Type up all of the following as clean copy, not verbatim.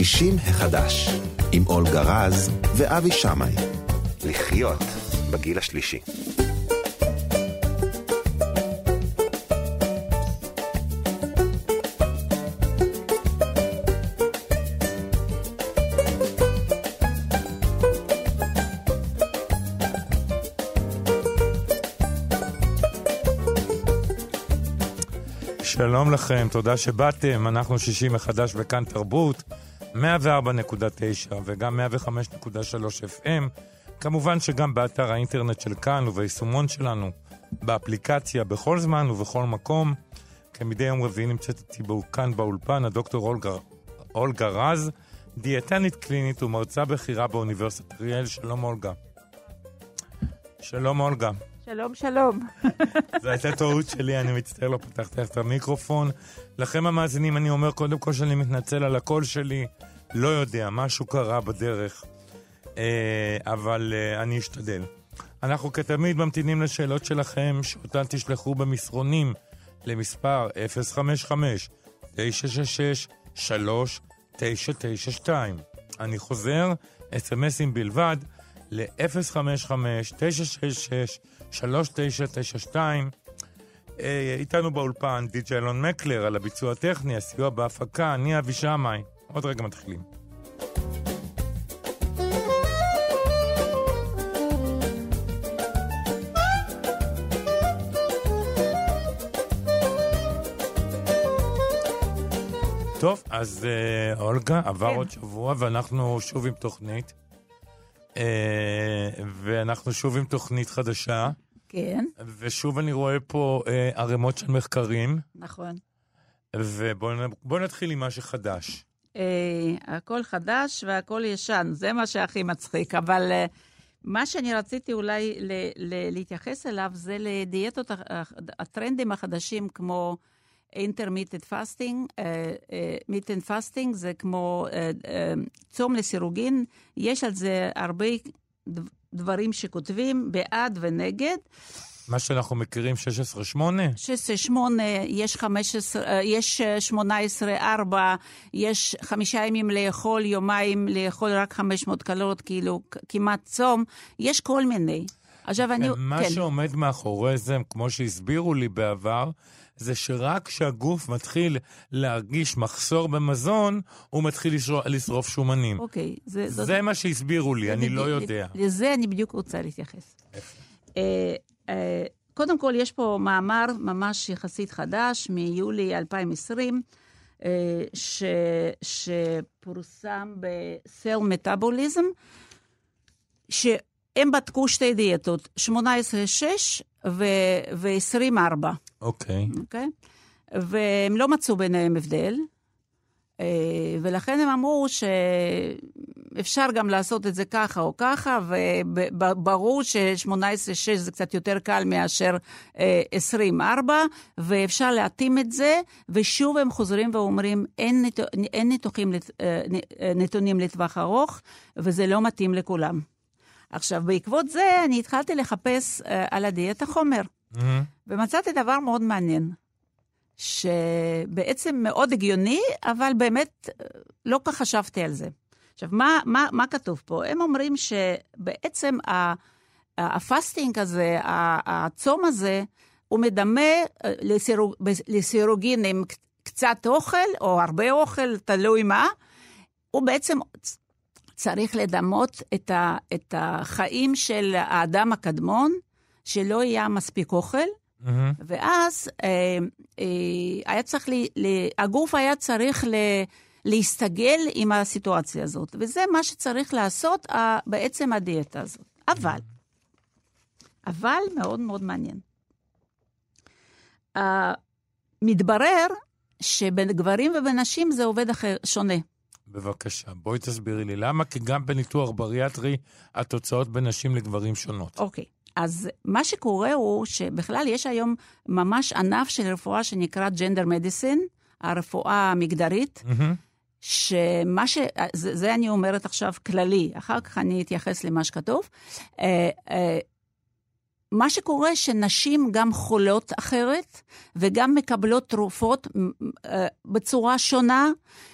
60 החדש, עם אולגה רז ואבי שמאי. לחיות בגיל השלישי. שלום לכם, תודה שבאתם. אנחנו 60 מחדש בכאן תרבות, 104.9 וגם 105.3 FM. כמובן שגם באתר האינטרנט של כאן וביישומון שלנו, באפליקציה, בכל זמן ובכל מקום. כמדי יום רביעי נמצאת איתי כאן באולפן הדוקטור אולגה רז, דיאטנית קלינית ומרצה בכירה באוניברסיטת אריאל. שלום אולגה. שלום אולגה. שלום, שלום. זו הייתה טעות שלי, אני מצטער, לא פתחתי את המיקרופון. לכם המאזינים אני אומר קודם כל שאני מתנצל על הקול שלי, לא יודע, משהו קרה בדרך, אבל אני אשתדל. אנחנו כתמיד ממתינים לשאלות שלכם, שאותן תשלחו במסרונים למספר 055-966-3992. אני חוזר, אס-אמסים בלבד, ל-055-966-3992. איתנו באולפן די.ג'יי אלון מקלר על הביצוע הטכני, הסיוע בהפקה, אני אבי שמאי. עוד רגע מתחילים. טוב, אז אולגה, עבר עוד שבוע ואנחנו שוב עם תוכנית. ואנחנו שוב עם תוכנית חדשה. כן. ושוב אני רואה פה ערימות של מחקרים. נכון. ובואו נתחיל עם מה שחדש. הכל חדש והכל ישן, זה מה שהכי מצחיק. אבל מה שאני רציתי אולי להתייחס אליו זה לדיאטות, הטרנדים החדשים כמו intermittent fasting זה כמו צום לסירוגין, יש על זה הרבה דברים שכותבים בעד ונגד. מה שאנחנו מכירים 16-8? 16-8, יש 18-4, יש 5 ימים לאכול, יומיים לאכול רק 500 קלוריות, כאילו כמעט צום, יש כל מיני. מה שעומד מאחורי זה, כמו שהסבירו לי בעבר, זה שרק כשהגוף מתחיל להרגיש מחסור במזון, הוא מתחיל לשרוף שומנים. אוקיי. זה מה שהסבירו לי, אני לא יודע. לזה אני בדיוק רוצה להתייחס. קודם כל, יש פה מאמר ממש יחסית חדש, מיולי 2020, שפורסם בסל מטאבוליזם, הם בדקו 2 דיאטות, 18-6 ו-24. אוקיי. והם לא מצאו ביניהם הבדל, ולכן הם אמרו שאפשר גם לעשות את זה ככה או ככה, וברור ש-18-6 זה קצת יותר קל מאשר 24, ואפשר להתאים את זה, ושוב הם חוזרים ואומרים, אין נתונים לטווח ארוך, וזה לא מתאים לכולם. עכשיו, בעקבות זה אני התחלתי לחפש על הדיאטה חומר, ומצאתי דבר מאוד מעניין, שבעצם מאוד הגיוני, אבל באמת לא כך חשבתי על זה. עכשיו, מה כתוב פה? הם אומרים שבעצם הפסטינג הזה, הצום הזה, הוא מדמה לסירוגין עם קצת אוכל, או הרבה אוכל, תלוי מה, הוא בעצם צריך לדמות את החיים של האדם הקדמון, שלא היה מספיק אוכל, ואז היה צריך הגוף היה צריך להסתגל עם הסיטואציה הזאת, וזה מה שצריך לעשות בעצם הדיאטה הזאת. אבל מאוד מאוד מעניין. מתברר שבגברים ובנשים זה עובד שונה. בבקשה, בואי תסבירי לי למה, כי גם בניתוח בריאטרי התוצאות בין נשים לגברים שונות. אוקיי. אז מה שקורה הוא שבכלל יש היום ממש ענף של רפואה שנקרא ג'נדר מדיסין, הרפואה המגדרית, זה אני אומרת עכשיו כללי, אחר כך אני אתייחס למה שכתוב. מה שקורה שנשים גם חולות אחרת, וגם מקבלות תרופות בצורה שונה,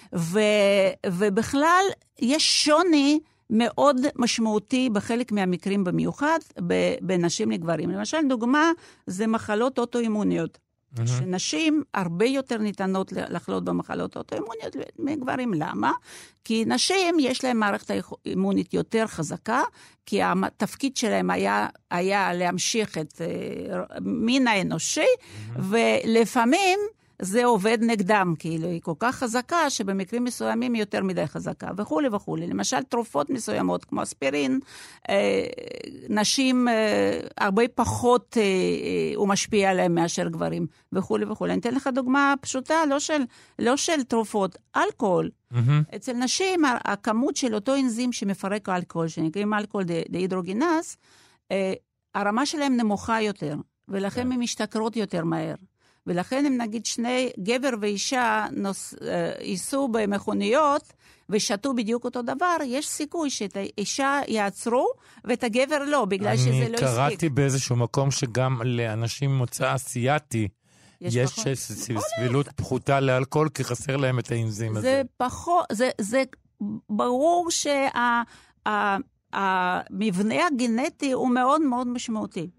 ובכלל יש שוני מאוד משמעותי בחלק מהמקרים במיוחד, בנשים לגברים. למשל, דוגמה, זה מחלות אוטואימוניות. שנשים הרבה יותר ניתנות לחלות במחלות אוטואימוניות מגברים. למה? כי נשים יש להם מערכת אימונית יותר חזקה, כי התפקיד שלהם היה להמשיך את מין האנושי, ולפעמים זה עובד נגדם, כאילו היא כל כך חזקה, שבמקרים מסוימים היא יותר מדי חזקה, וכו' וכו'. למשל, תרופות מסוימות, כמו אספירין, נשים הרבה פחות הוא משפיע עליהם מאשר גברים, וכו' וכו'. אני אתן לך דוגמה פשוטה, לא של תרופות, אלכוהול. אצל נשים, הכמות של אותו אנזים שמפרק אלכוהול, שנקראים אלכוהול דהידרוגינז, הרמה שלהם נמוכה יותר, ולכן הן משתכרות יותר מהר. ולכן אם נגיד שני גבר ואישה ייסעו במכוניות ושתו בדיוק אותו דבר, יש סיכוי שאת האישה יעצרו ואת הגבר לא, בגלל שזה לא הספיק. אני קראתי באיזשהו מקום שגם לאנשים ממוצא אסיאתי יש סבילות פחותה לאלכוהול, כי חסר להם את האנזים הזה. זה ברור שהמבנה הגנטי הוא מאוד מאוד משמעותי.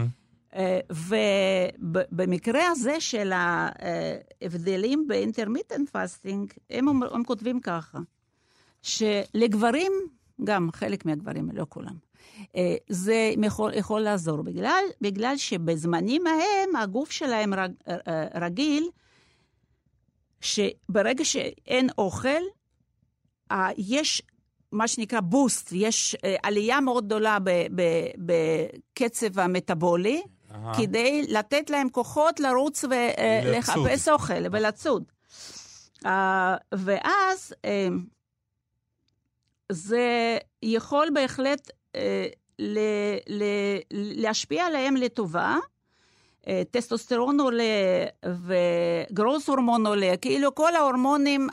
ובמקרה הזה של ההבדלים באינטרמיטנט פאסטינג, הם כותבים ככה, שלגברים, גם חלק מהגברים, לא כולם, זה יכול לעזור, בגלל שבזמנים ההם הגוף שלהם רגיל, שברגע שאין אוכל, יש מה שנקרא בוסט, יש עלייה מאוד גדולה בקצב המטאבולי, כדי לתת להם כוחות לרוץ ולחפש אוכל ולצוד. ואז זה יכול בהחלט להשפיע עליהם לטובה. טסטוסטרון עולה וגרוס הורמון עולה, כאילו כל ההורמונים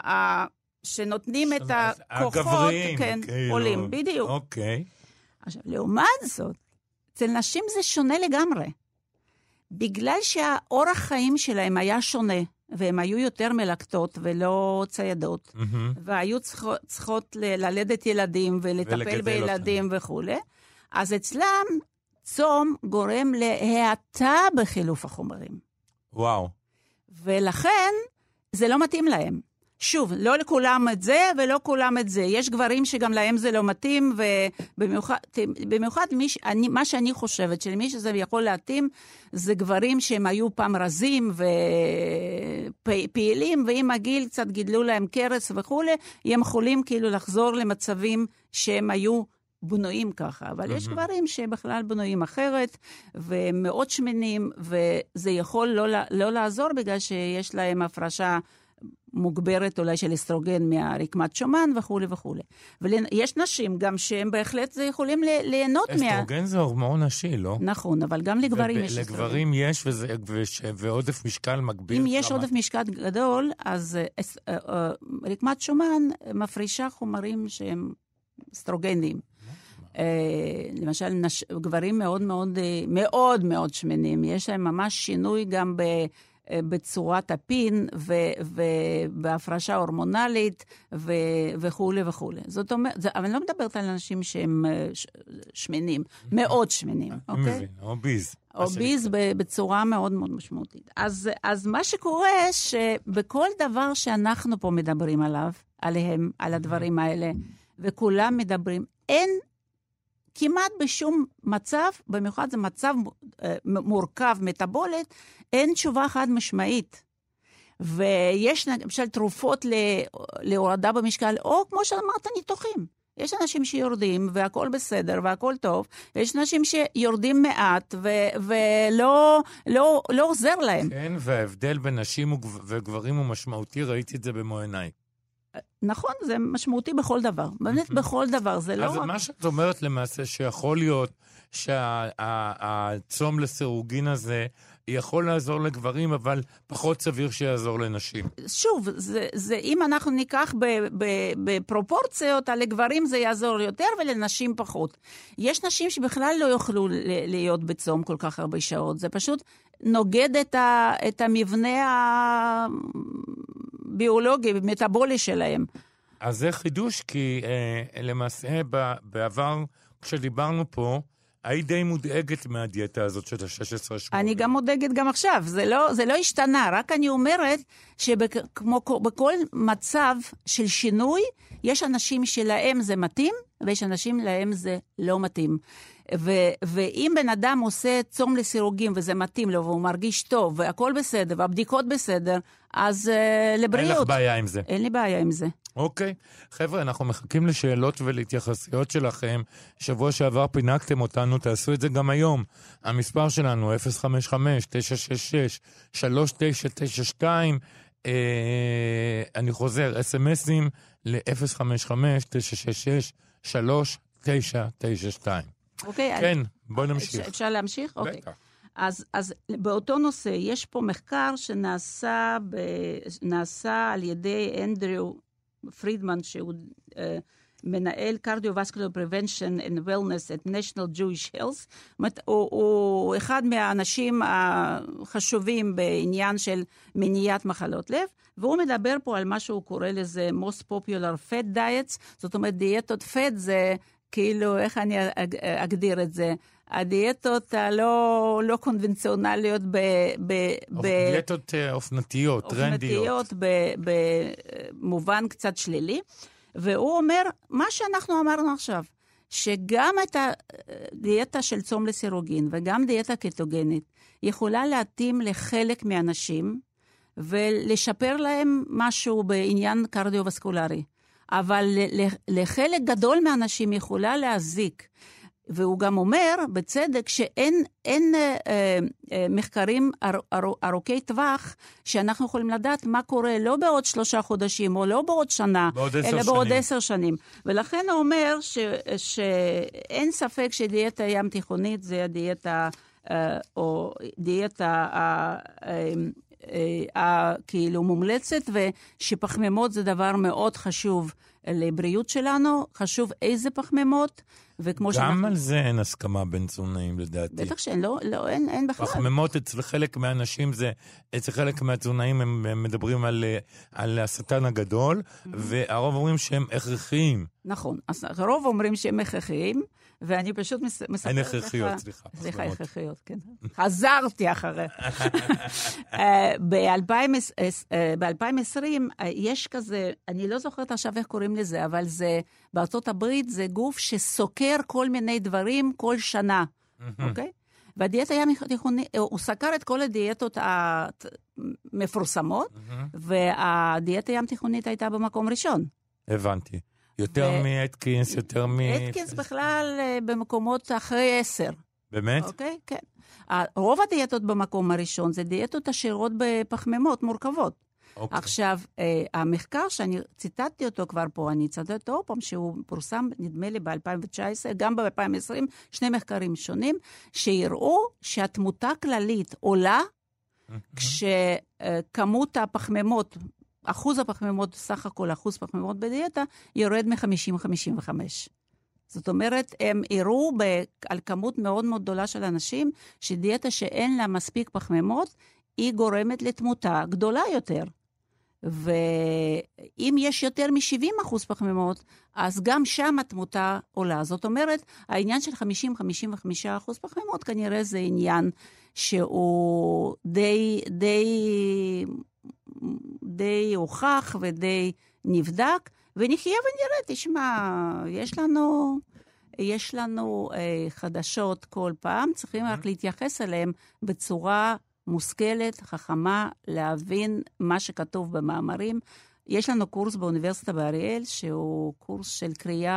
שנותנים את הכוחות עולים, בדיוק. אוקיי. עכשיו, לעומת זאת, אצל נשים זה שונה לגמרי. בגלל שהאורח חיים שלהם היה שונה, והם היו יותר מלקטות ולא ציידות, והיו צריכות ללדת ילדים ולטפל בילדים וכו'. אז אצלם צום גורם להאטה בחילוף החומרים. וואו. ולכן זה לא מתאים להם. שוב, לא לכולם את זה ולא כולם את זה. יש גברים שגם להם זה לא מתאים, ובמיוחד מה שאני חושבת, שלמי שזה יכול להתאים, זה גברים שהם היו פעם רזים ופעילים, ועם הגיל קצת גידלו להם קרס וכו', הם יכולים כאילו לחזור למצבים שהם היו בנויים ככה. אבל יש גברים שבכלל בנויים אחרת, ומאוד שמנים, וזה יכול לא לעזור בגלל שיש להם הפרשה מוגברת אולי של אסטרוגן מהרקמת שומן וכו' וכו'. ויש נשים גם שהם בהחלט יכולים ליהנות אסטרוגן זה הורמון נשי, לא? נכון, אבל גם לגברים יש אסטרוגן. לגברים יש, ועודף משקל מגביר. אם יש עודף משקל גדול, אז רקמת שומן מפרישה חומרים שהם אסטרוגנים. למשל, גברים מאוד מאוד מאוד מאוד שמנים, יש להם ממש שינוי גם בצורת הפין ובהפרשה הורמונלית וכו' וכו'. זאת אומרת, אבל אני לא מדברת על אנשים שהם שמנים, מאוד שמנים, אוקיי? אוביז. אוביז בצורה מאוד מאוד משמעותית. אז מה שקורה שבכל דבר שאנחנו פה מדברים עליהם, על הדברים האלה, וכולם מדברים, אין כמעט בשום מצב, במיוחד זה מצב מורכב, מטאבולית, אין תשובה חד משמעית. ויש למשל תרופות להורדה במשקל, או כמו שאמרת, ניתוחים. יש אנשים שיורדים והכל בסדר והכל טוב, ויש אנשים שיורדים מעט ולא עוזר להם. כן, וההבדל בין נשים וגברים הוא משמעותי, ראיתי את זה במו עיניי. נכון, זה משמעותי בכל דבר. באמת בכל דבר, זה לא... אז מה שאת אומרת למעשה, שיכול להיות שהצום לסירוגין הזה יכול לעזור לגברים, אבל פחות סביר שיעזור לנשים. שוב, זה אם אנחנו ניקח בפרופורציות, לגברים זה יעזור יותר ולנשים פחות. יש נשים שבכלל לא יוכלו להיות בצום כל כך הרבה שעות. זה פשוט נוגד את המבנה הביולוגי, מטאבולי שלהם. אז זה חידוש, כי למעשה בעבר, כשדיברנו פה, היית די מודאגת מהדיאטה הזאת של ה-16-8. אני גם מודאגת גם עכשיו, זה לא השתנה, רק אני אומרת שכמו בכל מצב של שינוי, יש אנשים שלהם זה מתאים, ויש אנשים להם זה לא מתאים. ואם בן אדם עושה צום לסירוגין וזה מתאים לו, והוא מרגיש טוב, והכל בסדר, והבדיקות בסדר, אז לבריאות. אין לך בעיה עם זה. אין לי בעיה עם זה. אוקיי. חבר'ה, אנחנו מחכים לשאלות ולהתייחסויות שלכם. שבוע שעבר פינקתם אותנו, תעשו את זה גם היום. המספר שלנו 055-966-3992. אני חוזר, אס-אמסים ל-055-966-3992. אוקיי. כן, בואי נמשיך. אפשר להמשיך? אוקיי. בטח. אז באותו נושא, יש פה מחקר שנעשה על ידי אנדריו פרידמן, שהוא מנהל Cardiovascular Prevention and Wellness at National Jewish Health. הוא אחד מהאנשים החשובים בעניין של מניעת מחלות לב, והוא מדבר פה על מה שהוא קורא לזה most popular fat diets, זאת אומרת דיאטות fat זה כאילו, איך אני אגדיר את זה? הדיאטות הלא קונבנציונליות דיאטות אופנתיות, טרנדיות. אופנתיות במובן קצת שלילי. והוא אומר, מה שאנחנו אמרנו עכשיו, שגם את הדיאטה של צום לסירוגין וגם דיאטה קטוגנית יכולה להתאים לחלק מהאנשים ולשפר להם משהו בעניין קרדיו-וסקולרי. אבל לחלק גדול מהאנשים יכולה להזיק. והוא גם אומר, בצדק, שאין מחקרים ארוכי טווח, שאנחנו יכולים לדעת מה קורה לא בעוד 3 חודשים, או לא בעוד שנה, אלא בעוד 10 שנים. ולכן הוא אומר שאין ספק שדיאטה ים תיכונית זה הדיאטה, או דיאטה כאילו מומלצת, ושפחמימות זה דבר מאוד חשוב לבריאות שלנו, חשוב איזה פחמימות, וכמו גם על זה אין הסכמה בין תזונאים לדעתי. בטח שאין, לא, אין בכלל. פחמימות אצל חלק מהאנשים אצל חלק מהתזונאים הם מדברים על השטן הגדול, והרוב אומרים שהם הכרחיים. נכון, אז הרוב אומרים שהם הכרחיים, ואני פשוט מספרת לך... אין הכרחיות, סליחה, הכרחיות, כן. חזרתי אחרי. ב-2020 יש כזה, אני לא זוכרת עכשיו איך קוראים לזה, אבל זה, בארצות הברית זה גוף שסוקר כל מיני דברים כל שנה, אוקיי? והדיאטה ים תיכונית, הוא סקר את כל הדיאטות המפורסמות, והדיאטה ים תיכונית הייתה במקום ראשון. הבנתי. יותר מאטקינס, יותר אטקינס בכלל במקומות אחרי 10. באמת? אוקיי, כן. רוב הדיאטות במקום הראשון זה דיאטות עשירות בפחמימות מורכבות. אוקיי. עכשיו, המחקר שאני ציטטתי אותו כבר פה, אני ציטטתי אותו פעם שהוא פורסם, נדמה לי ב-2019, גם ב-2020, 2 מחקרים שונים, שיראו שהתמותה כללית עולה, כשכמות הפחמימות, אחוז הפחמימות, סך הכל אחוז פחמימות בדיאטה, יורד מ-50-55. זאת אומרת, הם הראו על כמות מאוד מאוד גדולה של אנשים, שדיאטה שאין לה מספיק פחמימות, היא גורמת לתמותה גדולה יותר. ואם יש יותר מ-70% פחמימות, אז גם שם התמותה עולה. זאת אומרת, העניין של 50-55% פחמימות, כנראה זה עניין שהוא די הוכח ודי נבדק, ונחיה ונראה, תשמע, יש לנו חדשות כל פעם, צריכים רק להתייחס אליהם בצורה מושכלת, חכמה, להבין מה שכתוב במאמרים. יש לנו קורס באוניברסיטה באריאל, שהוא קורס של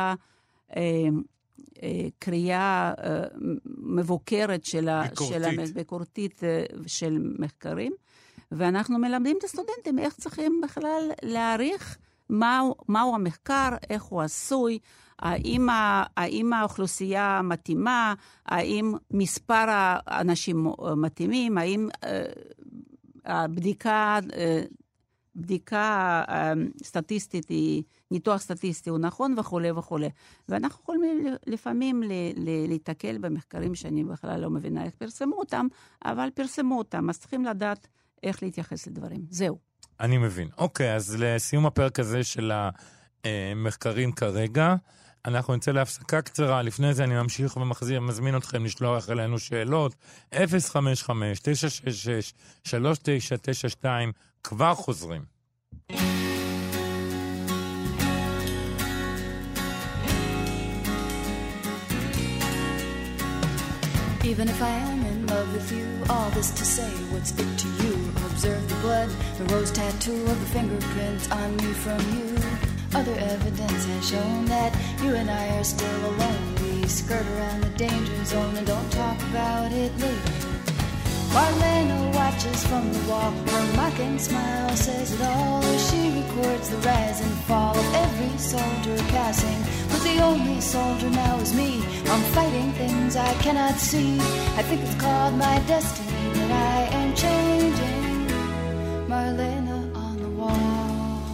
קריאה מבוקרת ביקורתית של מחקרים, ואנחנו מלמדים את הסטודנטים איך צריכים בכלל להעריך מהו המחקר, איך הוא עשוי. האם האוכלוסייה מתאימה, האם מספר האנשים מתאימים, האם בדיקה סטטיסטית, ניתוח סטטיסטי הוא נכון וכו' וכו'. ואנחנו יכולים לפעמים להתקל במחקרים שאני בכלל לא מבינה איך פרסמו אותם, אבל פרסמו אותם, אז צריכים לדעת איך להתייחס לדברים. זהו. אני מבין. אוקיי, אז לסיום הפרק הזה של המחקרים כרגע, אנחנו נצא להפסקה קצרה. לפני זה אני ממשיך ומזמין אתכם לשלוח אלינו שאלות. 055-966-3992, כבר חוזרים. Even if I am in love with you, all this to say, what's it to you? Observe the blood, the rose tattoo of the fingerprints on me from you. Other evidence has shown that you and I are still alone. We skirt around the danger zone and don't talk about it later. Marlena watches from the wall, her mocking smile says it all. She records the rise and fall of every soldier passing. But the only soldier now is me. I'm fighting things I cannot see. I think it's called my destiny that I am changing. Marlena on the wall.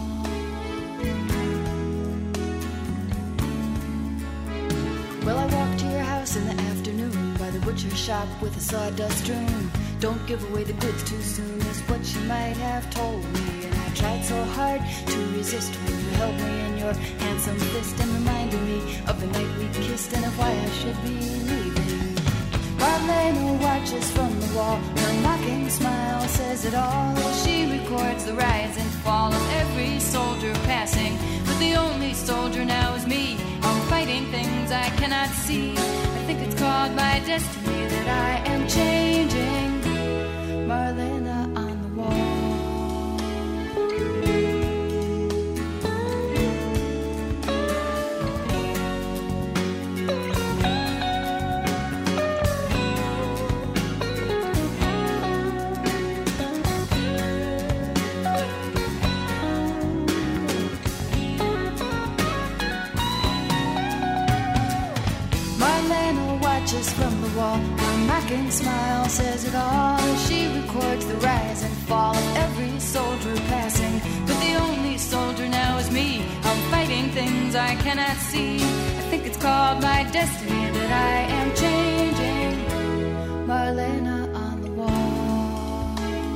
Well, I walked to your house in the afternoon by the butcher shop with a sawdust strewn. Don't give away the goods too soon is what she might have told me. And I tried so hard to resist when you held me in your handsome fist and reminded me of the night we kissed and of why I should be leaving. Marlena watches from the wall, her mocking smile says it all. She records the rise and fall of every soldier passing. But the only soldier now is me. I'm fighting things I cannot see. I think it's called my destiny that I am changing. Marlena on the wall. From the wall, her mocking smile says it all. She records the rise and fall of every soldier passing. But the only soldier now is me. I'm fighting things I cannot see. I think it's called my destiny that I am changing. Marlena on the wall.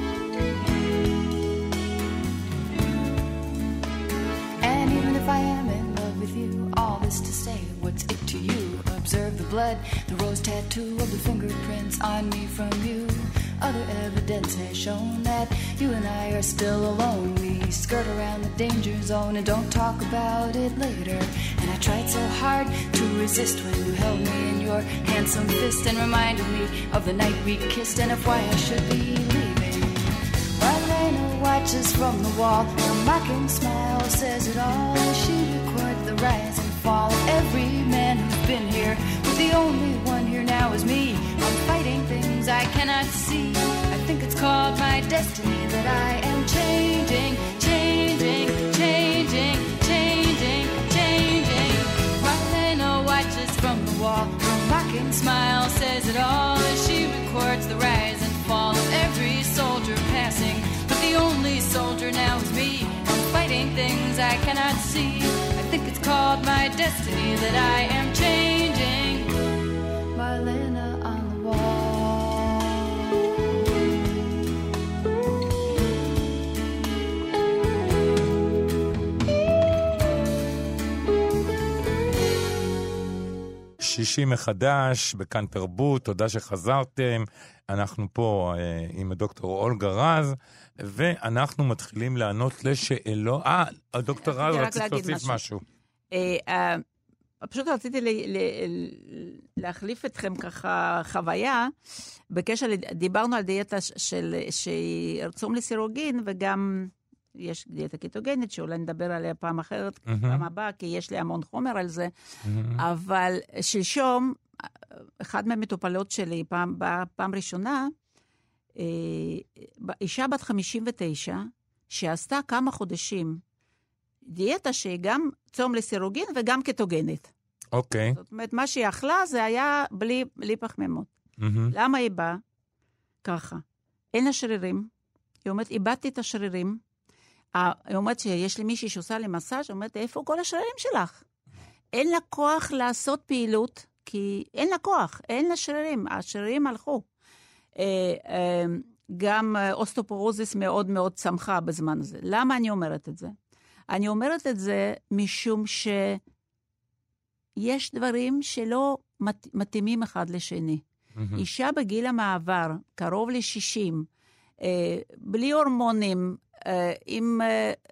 And even if I am in love with you, all this to say, what's it to you? Observe the blood, the rose tattoo of the fingerprints on me from you. Other evidence has shown that you and I are still alone. We skirt around the danger zone and don't talk about it later. And I tried so hard to resist when you held me in your handsome fist and reminded me of the night we kissed and of why I should be leaving. Marlena watches from the wall, her mocking smile says it all. She records the rise and fall of every man who's been here. But the only one here now is me. I'm fighting things I cannot see. I think it's called my destiny that I am changing, changing, changing, changing, changing. Marlena watches from the wall, her mocking smile says it all. As she records the rise and fall of every soldier passing. But the only soldier now is me. I'm fighting things I cannot see. I think it's called my destiny that I am changing. Marlena on the wall. שישי מחדש בכאן תרבות, תודה שחזרתם. אנחנו פה עם הדוקטור אולגה רז, ואנחנו מתחילים לענות לשאלות. הדוקטור רז, רצית להוסיף משהו. פשוט רציתי להחליף אתכם ככה חוויה, בקשר, דיברנו על דיאטה שהיא צום לסירוגין, וגם יש דיאטה קיטוגנית, שאולי נדבר עליה פעם אחרת, פעם הבאה, כי יש לי המון חומר על זה, אבל שלשום, אחד מהמטופלות שלי, פעם ראשונה, אישה בת 59, שעשתה כמה חודשים, דיאטה שהיא גם צום לסירוגין וגם קטוגנית. אוקיי. זאת אומרת, מה שהיא אכלה זה היה בלי פחמימות. למה היא באה? ככה. אין לה שרירים. היא אומרת, איבדתי את השרירים. היא אומרת שיש לי מישהי שעושה לי מסאז', היא אומרת, איפה כל השרירים שלך? אין לה כוח לעשות פעילות, כי אין לה כוח, אין לה שרירים, השרירים הלכו. גם אוסטאופורוזיס מאוד מאוד צמחה בזמן הזה. למה אני אומרת את זה? אני אומרת את זה משום שיש דברים שלא מתאימים אחד לשני. אישה בגיל המעבר, קרוב ל-60, בלי הורמונים, עם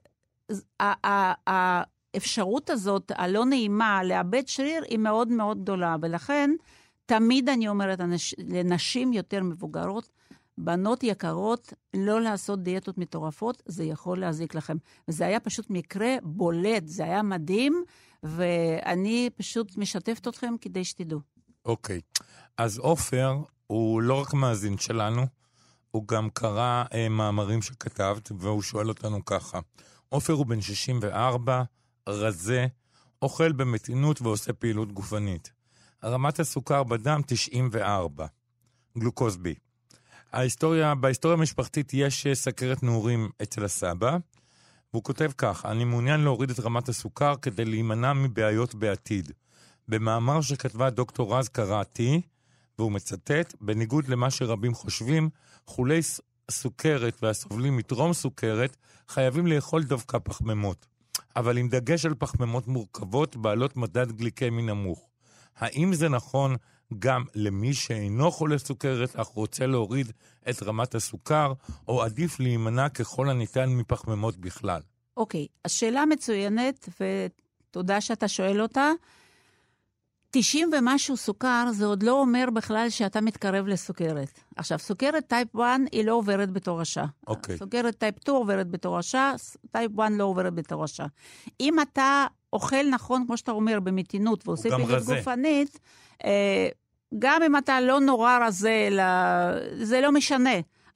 האפשרות הזאת, הלא נעימה, לאבד שריר, היא מאוד מאוד גדולה. ולכן, תמיד אני אומרת לנשים יותר מבוגרות, בנות יקרות, לא לעשות דיאטות מטורפות, זה יכול להזיק לכם. וזה היה פשוט מקרה בולט, זה היה מדהים, ואני פשוט משתפת אתכם כדי שתדעו. אוקיי. אז עופר הוא לא רק מאזין שלנו, הוא גם קרא מאמרים שכתבת, והוא שואל אותנו ככה. עופר הוא בן 64, רזה, אוכל במתינות ועושה פעילות גופנית. רמת הסוכר בדם 94, גלוקוז בי. בהיסטוריה המשפחתית יש סכרת נעורים אצל הסבא, והוא כותב כך, אני מעוניין להוריד את רמת הסוכר כדי להימנע מבעיות בעתיד. במאמר שכתבה דוקטור רז קראתי, והוא מצטט, בניגוד למה שרבים חושבים, חולי סוכרת והסובלים מטרום סוכרת חייבים לאכול דווקא פחמימות, אבל עם דגש על פחמימות מורכבות בעלות מדד גליקמי נמוך. האם זה נכון גם למי שאינו חולה סוכרת אך רוצה להוריד את רמת הסוכר, או עדיף להימנע ככל הניתן מפחמימות בכלל? אוקיי, השאלה מצוינת, ותודה שאתה שואל אותה. 90 ומשהו סוכר, זה עוד לא אומר בכלל שאתה מתקרב לסוכרת. עכשיו, סוכרת טייפ 1 היא לא עוברת בתור רשע. אוקיי. סוכרת טייפ 2 עוברת בתור רשע, טייפ 1 לא עוברת בתור רשע. אם אתה אוכל נכון, כמו שאתה אומר, במתינות, ועושה פעילות גופנית, גם אם אתה לא נורא רזה, זה לא משנה.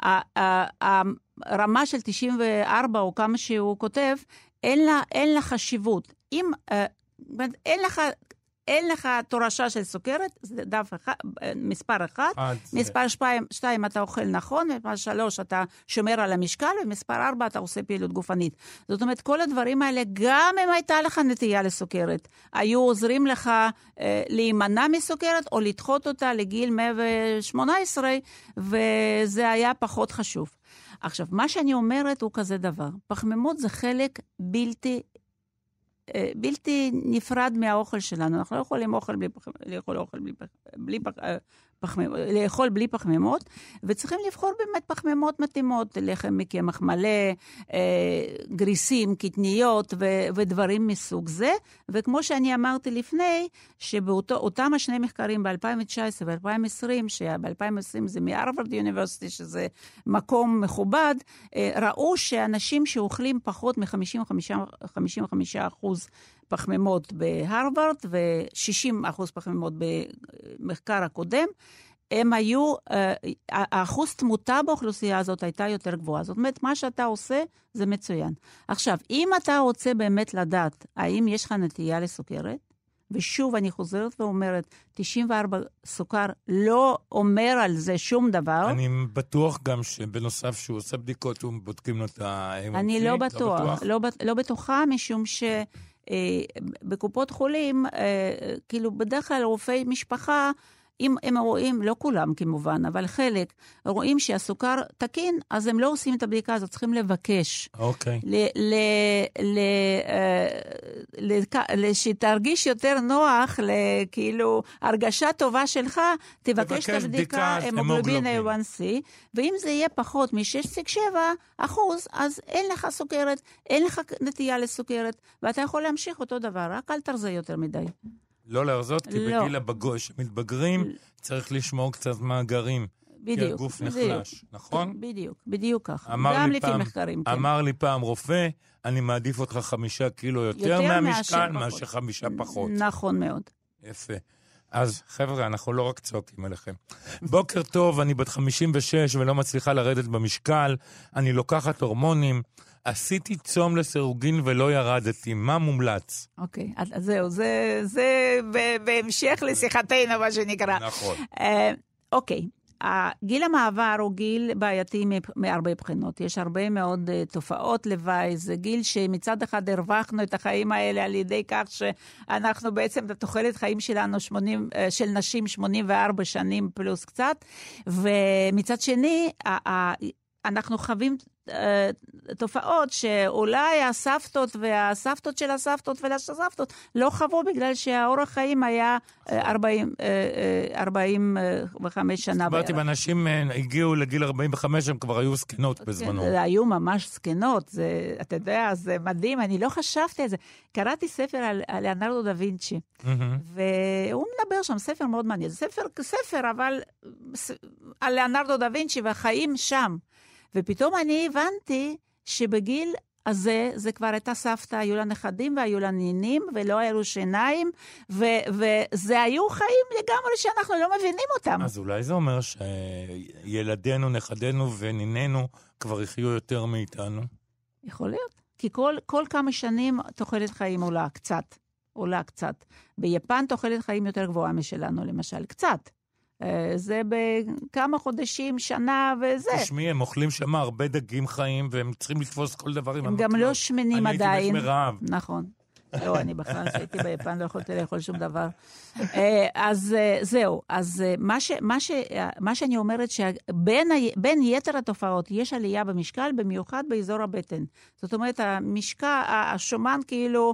הרמה של 94, או כמה שהוא כותב, אין לה חשיבות. אם אין לך תורשה של סוכרת, זה דף אחד, מספר 1, מספר 2 אתה אוכל נכון, מספר 3 אתה שומר על המשקל, ומספר 4 אתה עושה פעילות גופנית. זאת אומרת, כל הדברים האלה, גם אם הייתה לך נטייה לסוכרת, היו עוזרים לך להימנע מסוכרת, או לדחות אותה לגיל 118, וזה היה פחות חשוב. עכשיו, מה שאני אומרת הוא כזה דבר, פחמימות זה חלק בלתי נפרד מהאוכל שלנו. אנחנו לא יכולים לאכול בלי פחמימות, וצריכים לבחור באמת פחמימות מתאימות, לחם מקמח מלא, גריסים, קטניות ודברים מסוג זה. וכמו שאני אמרתי לפני, שבאותם השני מחקרים ב-2019 ו-2020, שב-2020 זה מהרווארד יוניברסיטי, שזה מקום מכובד, ראו שאנשים שאוכלים פחות מ-55% פחמימות בהרווארד, ו-60% פחמימות במחקר הקודם, הם היו, האחוז תמותה באוכלוסייה הזאת הייתה יותר גבוהה. זאת אומרת, מה שאתה עושה זה מצוין. עכשיו, אם אתה רוצה באמת לדעת, האם יש לך נטייה לסוכרת, ושוב אני חוזרת ואומרת, 94 סוכר לא אומר על זה שום דבר. אני בטוח גם שבנוסף שהוא עושה בדיקות, הוא בודקים לו את האימוצי. אני לא בטוח. לא בטוחה, משום שבקופות חולים, כאילו בדרך כלל רופאי משפחה, אם הם רואים, לא כולם כמובן, אבל חלק, רואים שהסוכר תקין, אז הם לא עושים את הבדיקה הזאת, צריכים לבקש. אוקיי. שתרגיש יותר נוח, כאילו, הרגשה טובה שלך, תבקש את הבדיקה, המוגלובין A1C, ואם זה יהיה פחות מ-6.7%, אז אין לך סוכרת, אין לך נטייה לסוכרת, ואתה יכול להמשיך אותו דבר, רק אל תרזה יותר מדי. לא להרזות, כי בגיל שמתבגרים צריך לשמור קצת מאגרים. בדיוק. כי הגוף נחלש, נכון? בדיוק ככה. גם לפי מחקרים. אמר לי פעם רופא, אני מעדיף אותך 5 קילו יותר מהמשקל, מאשר 5 פחות. נכון מאוד. יפה. אז חבר'ה, אנחנו לא רק צועקים עליכם. בוקר טוב, אני בת 56 ולא מצליחה לרדת במשקל, אני לוקחת הורמונים, עשיתי צום לסירוגין ולא ירדתי, מה מומלץ? אוקיי, אז זהו, זה בהמשך לשיחתנו, מה שנקרא. נכון. אוקיי. גיל המעבר הוא גיל בעייתי מהרבה בחינות. יש הרבה מאוד תופעות לוואי. זה גיל שמצד אחד הרווחנו את החיים האלה על ידי כך שאנחנו בעצם, תוחלת חיים שלנו של נשים 84 שנים פלוס קצת, ומצד שני, אנחנו חווים תופעות שאולי הסבתות והסבתות של הסבתות ולסבתות לא חוו בגלל שהאורח חיים היה 45 שנה. אמרתי, אנשים הגיעו לגיל 45, הם כבר היו סקנות בזמנו. היו ממש סקנות, אתה יודע, זה מדהים, אני לא חשבתי על זה. קראתי ספר על ליאונרדו דה וינצ'י, והוא מדבר שם, ספר מאוד מעניין. ספר, אבל על ליאונרדו דה וינצ'י והחיים שם. ופתאום אני הבנתי שבגיל הזה, זה כבר הייתה סבתא, היו לה נכדים והיו לה נינים, ולא היו שיניים, וזה היו חיים לגמרי שאנחנו לא מבינים אותם. אז אולי זה אומר שילדינו, נכדינו ונינינו כבר יחיו יותר מאיתנו? יכול להיות. כי כל כמה שנים תוחלת חיים עולה קצת. ביפן תוחלת חיים יותר גבוהה משלנו, למשל, קצת. זה בכמה חודשים, שנה וזה. תשמעי, הם אוכלים שם הרבה דגים חיים, והם צריכים לתפוס כל דבר עם המקלות. הם גם לא שמנים עדיין. אני הייתי מת מרעב. נכון. לא, אני בכלל שהייתי ביפן, לא יכולתי לאכול שום דבר. אז זהו. אז מה שאני אומרת, שבין יתר התופעות, יש עלייה במשקל, במיוחד באזור הבטן. זאת אומרת, השומן כאילו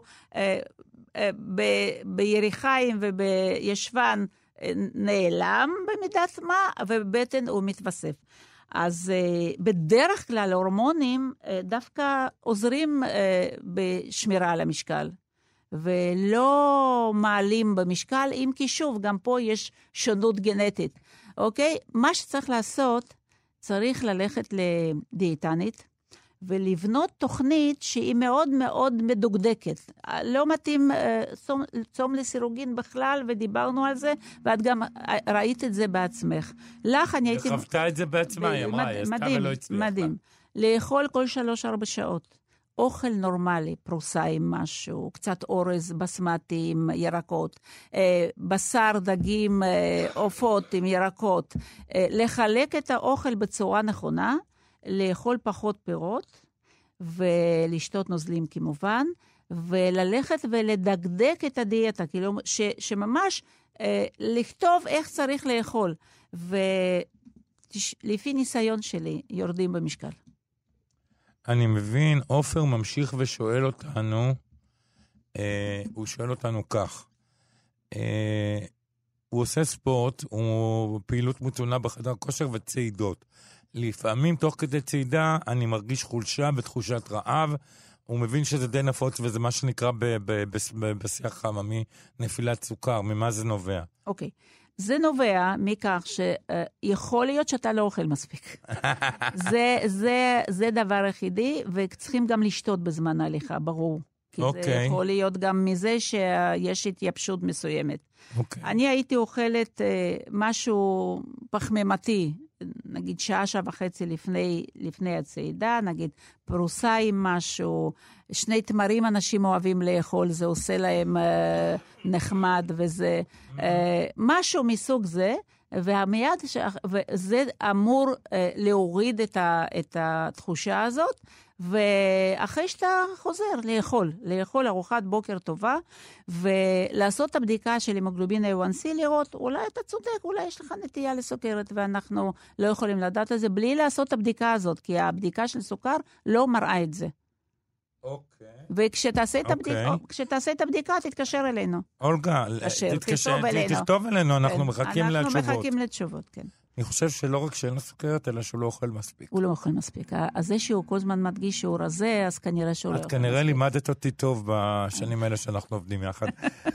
ביריחיים ובישבן, נעלם במידת מה, ובבטן הוא מתווסף. אז בדרך כלל הורמונים דווקא עוזרים בשמירה על המשקל, ולא מעלים במשקל, אם כי שוב, גם פה יש שונות גנטית. אוקיי? מה שצריך לעשות, צריך ללכת לדיאטנית, ולבנות תוכנית שהיא מאוד מאוד מדוקדקת. לא מתאים צום לסירוגין בכלל, ודיברנו על זה, ואת גם ראית את זה בעצמך. לך אני הייתי... חוותה את זה בעצמה, היא אמרה, היא עשתה ולא הצליחה. מדהים. לאכול כל 3-4 שעות. אוכל נורמלי, פרוסה עם משהו, קצת אורז בסמטי עם ירקות, בשר, דגים, עופות עם ירקות. לחלק את האוכל בצורה נכונה, לאכול פחות פירות, ולשתות נוזלים כמובן, וללכת ולדקדק את הדיאטה, כאילו שממש לכתוב איך צריך לאכול, ולפי ניסיון שלי יורדים במשקל. אני מבין, עופר ממשיך ושואל אותנו, הוא שואל אותנו כך, הוא עושה ספורט, הוא פעילות מתונה בחדר כושר וצעידות. לפעמים תוך כדי צעידה אני מרגיש חולשה ותחושת רעב, הוא מבין שזה די נפוץ וזה מה שנקרא בשיח העממי נפילת סוכר, ממה זה נובע? אוקיי, זה נובע מכך שיכול להיות שאתה לא אוכל מספיק. זה דבר יחידי, וצריכים גם לשתות בזמן ההליכה, ברור. כי זה יכול להיות גם מזה שיש התייבשות מסוימת. אני הייתי אוכלת משהו פחמימתי, נגיד שעה וחצי לפני הצעידה, נגיד פרוסה עם משהו, 2 תמרים אנשים אוהבים לאכול, זה עושה להם נחמד וזה, משהו מסוג זה, וזה אמור להוריד את התחושה הזאת, ואחרי שאתה חוזר לאכול ארוחת בוקר טובה, ולעשות את הבדיקה של המוגלובין A1C, לראות, אולי אתה צודק, אולי יש לך נטייה לסוכרת, ואנחנו לא יכולים לדעת את זה, בלי לעשות את הבדיקה הזאת, כי הבדיקה של סוכר לא מראה את זה. אוקיי. וכשתעשה את הבדיקה, תתקשר אלינו. אולגה, תכתוב אלינו, אנחנו מחכים לתשובות. אנחנו מחכים לתשובות, כן. אני חושב שלא רק שאין לו סוכרת, אלא שהוא לא אוכל מספיק. הוא לא אוכל מספיק. אז זה שהוא כל זמן מדגיש שהוא רזה, אז כנראה שהוא לא אוכל מספיק. את כנראה לימדת אותי טוב בשנים האלה שאנחנו עובדים יחד.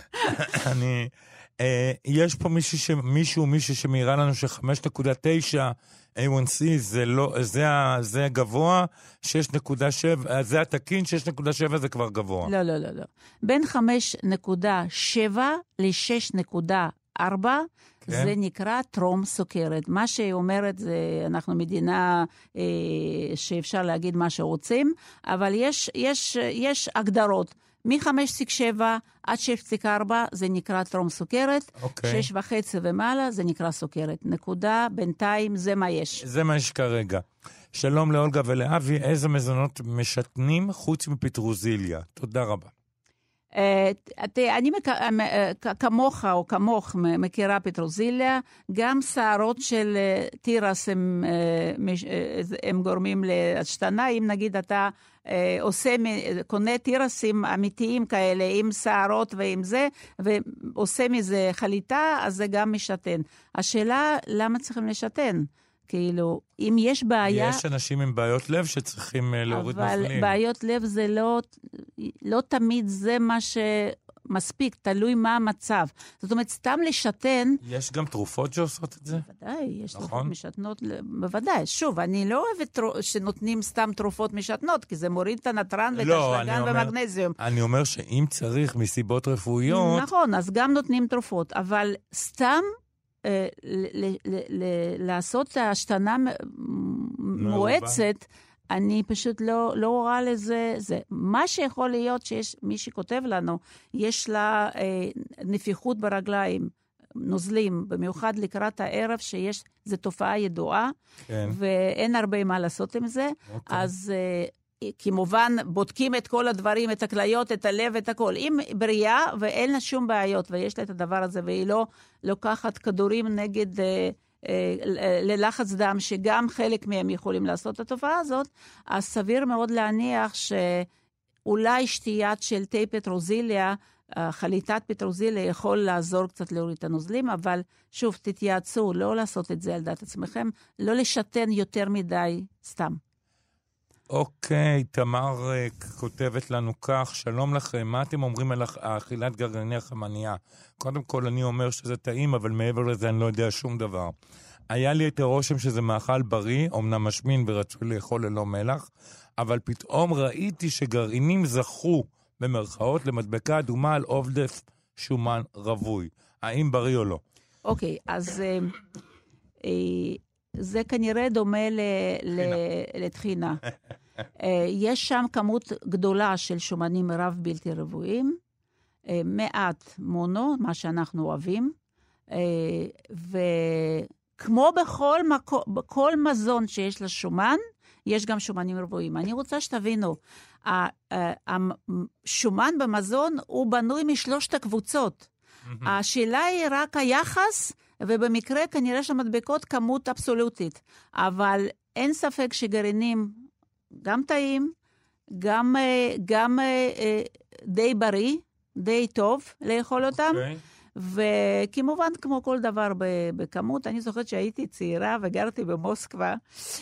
יש פה מישהו שמעירה לנו ש5.9 A1C זה גבוה, 6.7, זה התקין, 6.7 זה כבר גבוה. לא. בין 5.7 ל-6.4 4, זה נקרא טרום סוכרת. מה שהיא אומרת זה, אנחנו מדינה שאפשר להגיד מה שרוצים, אבל יש הגדרות. מ-5.7 עד 6.4 זה נקרא טרום סוכרת, 6.5 ומעלה זה נקרא סוכרת. נקודה, בינתיים זה מה יש. זה מה יש כרגע. שלום לאולגה ולאבי, איזה מזונות משתנים חוץ מפטרוזיליה? תודה רבה. אני כמוך או כמוך מכירה פטרוזיליה, גם שערות של תירס הם גורמים להשתנה. אם נגיד אתה קונה תירסים אמיתיים כאלה עם שערות ועם זה, ועושה מזה חליטה, אז זה גם משתן. השאלה, למה צריכים לשתן? כאילו, אם יש בעיה... יש אנשים עם בעיות לב שצריכים להוריד נוזלים. אבל בעיות לב זה לא תמיד זה מה שמספיק, תלוי מה המצב. זאת אומרת, סתם לשתן... יש גם תרופות שעושות את זה? בוודאי, יש תרופות משתנות, בוודאי. שוב, אני לא אוהבת שנותנים סתם תרופות משתנות, כי זה מוריד את הנטרן ואת השלגן ומגנזיום. אני אומר שאם צריך מסיבות רפואיות... נכון, אז גם נותנים תרופות, אבל סתם... לעשות השתנה מואצת, אני פשוט לא רואה לזה. מה שיכול להיות שיש מי שכותב לנו, יש לה נפיחות ברגליים, נוזלים, במיוחד לקראת הערב שיש, זו תופעה ידועה, ואין הרבה מה לעשות עם זה, אז... כמובן, בודקים את כל הדברים, את הכליות, את הלב, את הכל. אם בריאה ואין לה שום בעיות, ויש לה את הדבר הזה, והיא לא לוקחת כדורים נגד ללחץ דם, שגם חלק מהם יכולים לעשות את התופעה הזאת, אז סביר מאוד להניח שאולי שתיית של תה פטרוזיליה, חליטת פטרוזיליה, יכול לעזור קצת להוריד את הנוזלים, אבל שוב, תתייעצו, לא לעשות את זה על דעת עצמכם, לא לשתן יותר מדי סתם. אוקיי, תמר כותבת לנו כך, שלום לכם, מה אתם אומרים על אכילת גרעיני החמניה? קודם כל אני אומר שזה טעים, אבל מעבר לזה אני לא יודע שום דבר. היה לי את הרושם שזה מאכל בריא, אמנם משמין ורצו לאכול ללא מלח, אבל פתאום ראיתי שגרעינים זכו במרכאות למדבקה אדומה על עודף שומן רווי. האם בריא או לא? אוקיי, אז... זה כנראה דומה לתחינה. יש שם כמות גדולה של שומנים רב בלתי רבועים, מעט מונו, מה שאנחנו אוהבים, וכמו בכל מזון שיש לה שומן, יש גם שומנים רבועים. אני רוצה שתבינו, השומן במזון הוא בנוי משלושת הקבוצות. השאלה היא רק היחס, ובמקרה כנראה שמדבקות כמות אבסולוטית, אבל אין ספק שגרעינים גם טעים, גם די בריא, די טוב לאכול אותם, וכמובן כמו כל דבר בכמות. אני זוכרת שהייתי צעירה וגרתי במוסקבה,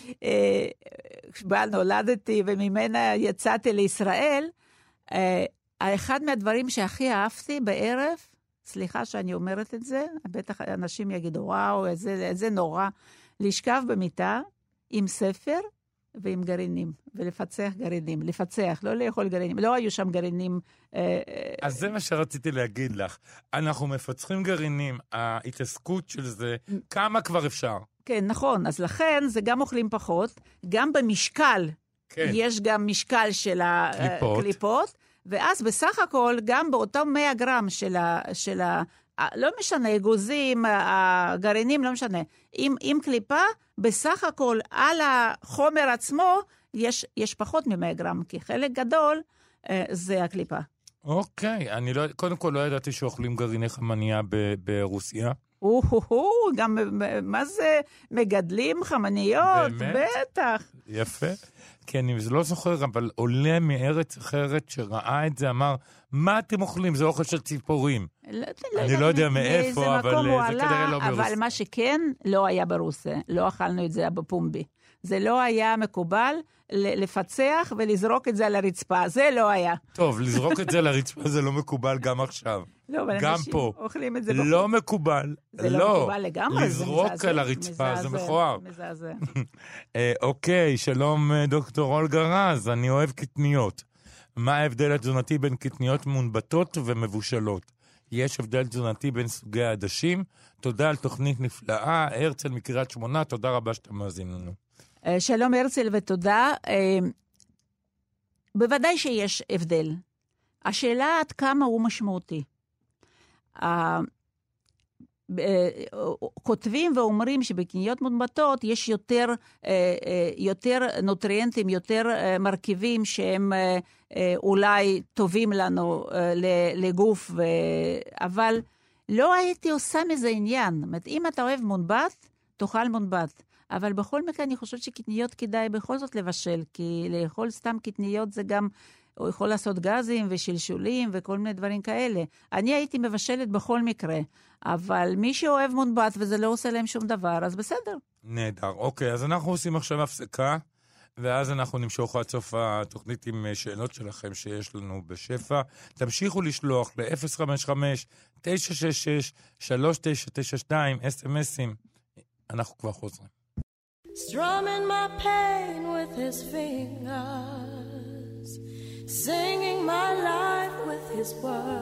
שבה נולדתי וממנה יצאתי לישראל, אחד מהדברים שהכי אהבתי בערב, סליחה שאני אומרת את זה, בטח אנשים יגידו, וואו, איזה נורא, לשכב במיטה עם ספר ועם גרעינים, ולפצח גרעינים, לא לאכול גרעינים, לא היו שם גרעינים. אז זה מה שרציתי להגיד לך, אנחנו מפצחים גרעינים, ההתעסקות של זה, כמה כבר אפשר? כן, נכון, אז לכן זה גם אוכלים פחות, גם במשקל, יש גם משקל של הקליפות, ואז בסך הכל, גם באותם 100 גרם של לא משנה, אגוזים, הגרעינים, לא משנה. עם קליפה, בסך הכל, על החומר עצמו, יש פחות מ-100 גרם, כי חלק גדול זה הקליפה. אוקיי, אני קודם כל לא ידעתי שאוכלים גרעיני חמניה ברוסיה. גם מה זה מגדלים חמניות? בטח. יפה. כי אני לא זוכר, אבל עולה מארץ אחרת שראה את זה, אמר, מה אתם אוכלים? זה אוכל של ציפורים. אני לא יודע מאיפה, אבל זה כנראה לא ברוסיה. אבל מה שכן לא היה ברוסיה, לא אכלנו את זה בפומבי. זה לא היה מקובל לפצח ולזרוק את זה על הרצפה, זה לא היה. טוב, לזרוק את זה על הרצפה זה לא מקובל גם עכשיו. לא, אבל גם אנשים פה. אוכלים את זה לא מקובל. זה לא מקובל לגמרי. לזרוק על הרצפה, זה מכוער. מזעזע. אוקיי, שלום דוקטור אולגה רז, אני אוהב קטניות. מה ההבדל התזונתי בין קטניות מונבטות ומבושלות? יש הבדל תזונתי בין סוגי העדשים. תודה על תוכנית נפלאה. הרצל מקריית שמונה, תודה רבה שאתה מאזין לנו. שלום הרצל ותודה. בוודאי שיש הבדל. השאלה עד כמה הוא משמעותי. כותבים ואומרים שבקניות מונבטות יש יותר נוטריאנטים, יותר מרכיבים שהם אולי טובים לנו לגוף, אבל לא הייתי עושה מזה עניין. זאת אומרת, אם אתה אוהב מונבט, תאכל מונבט. אבל בכל מקרה אני חושבת שקטניות כדאי בכל זאת לבשל, כי לאכול סתם קטניות זה גם, הוא יכול לעשות גזים ושלשולים וכל מיני דברים כאלה. אני הייתי מבשלת בכל מקרה, אבל מי שאוהב מונבט וזה לא עושה להם שום דבר, אז בסדר. נהדר. אוקיי, אז אנחנו עושים עכשיו הפסקה, ואז אנחנו נמשוך עד סוף התוכנית עם שאלות שלכם שיש לנו בשפע. תמשיכו לשלוח ל-055-966-3992 SMS'ים. אנחנו כבר חוזרים. Strumming my pain with his fingers, singing my life with his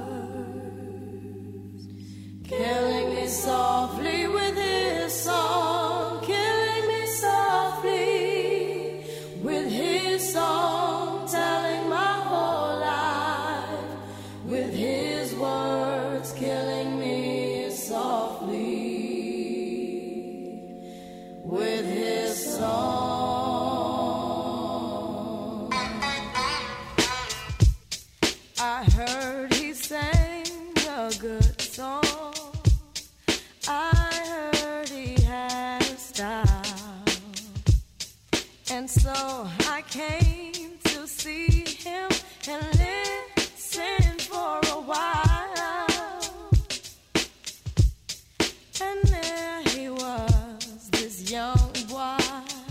words, killing me softly with his song, killing me softly with his song, telling my whole life with his words, killing me softly with his song. I heard he sang a good song. I heard he had a style. And so I came to see him and listen for a while. And there he was, this young boy,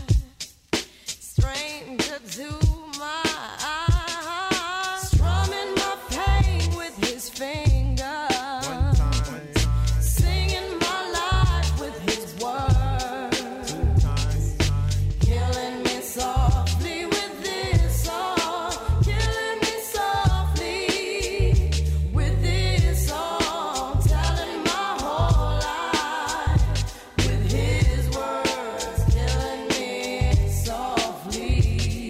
stranger to my eyes, strumming my pain with his fingers, singing my life with his words, killing me softly with this song, killing me softly with this song, telling my whole life with his words, killing me softly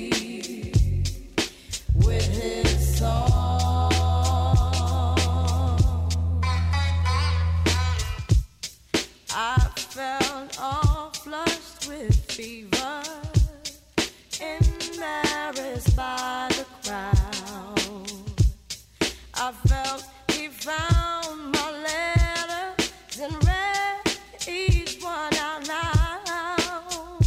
with his song. I felt all flushed with fever, embarrassed by the crowd. I felt he found my letters and read each one out loud.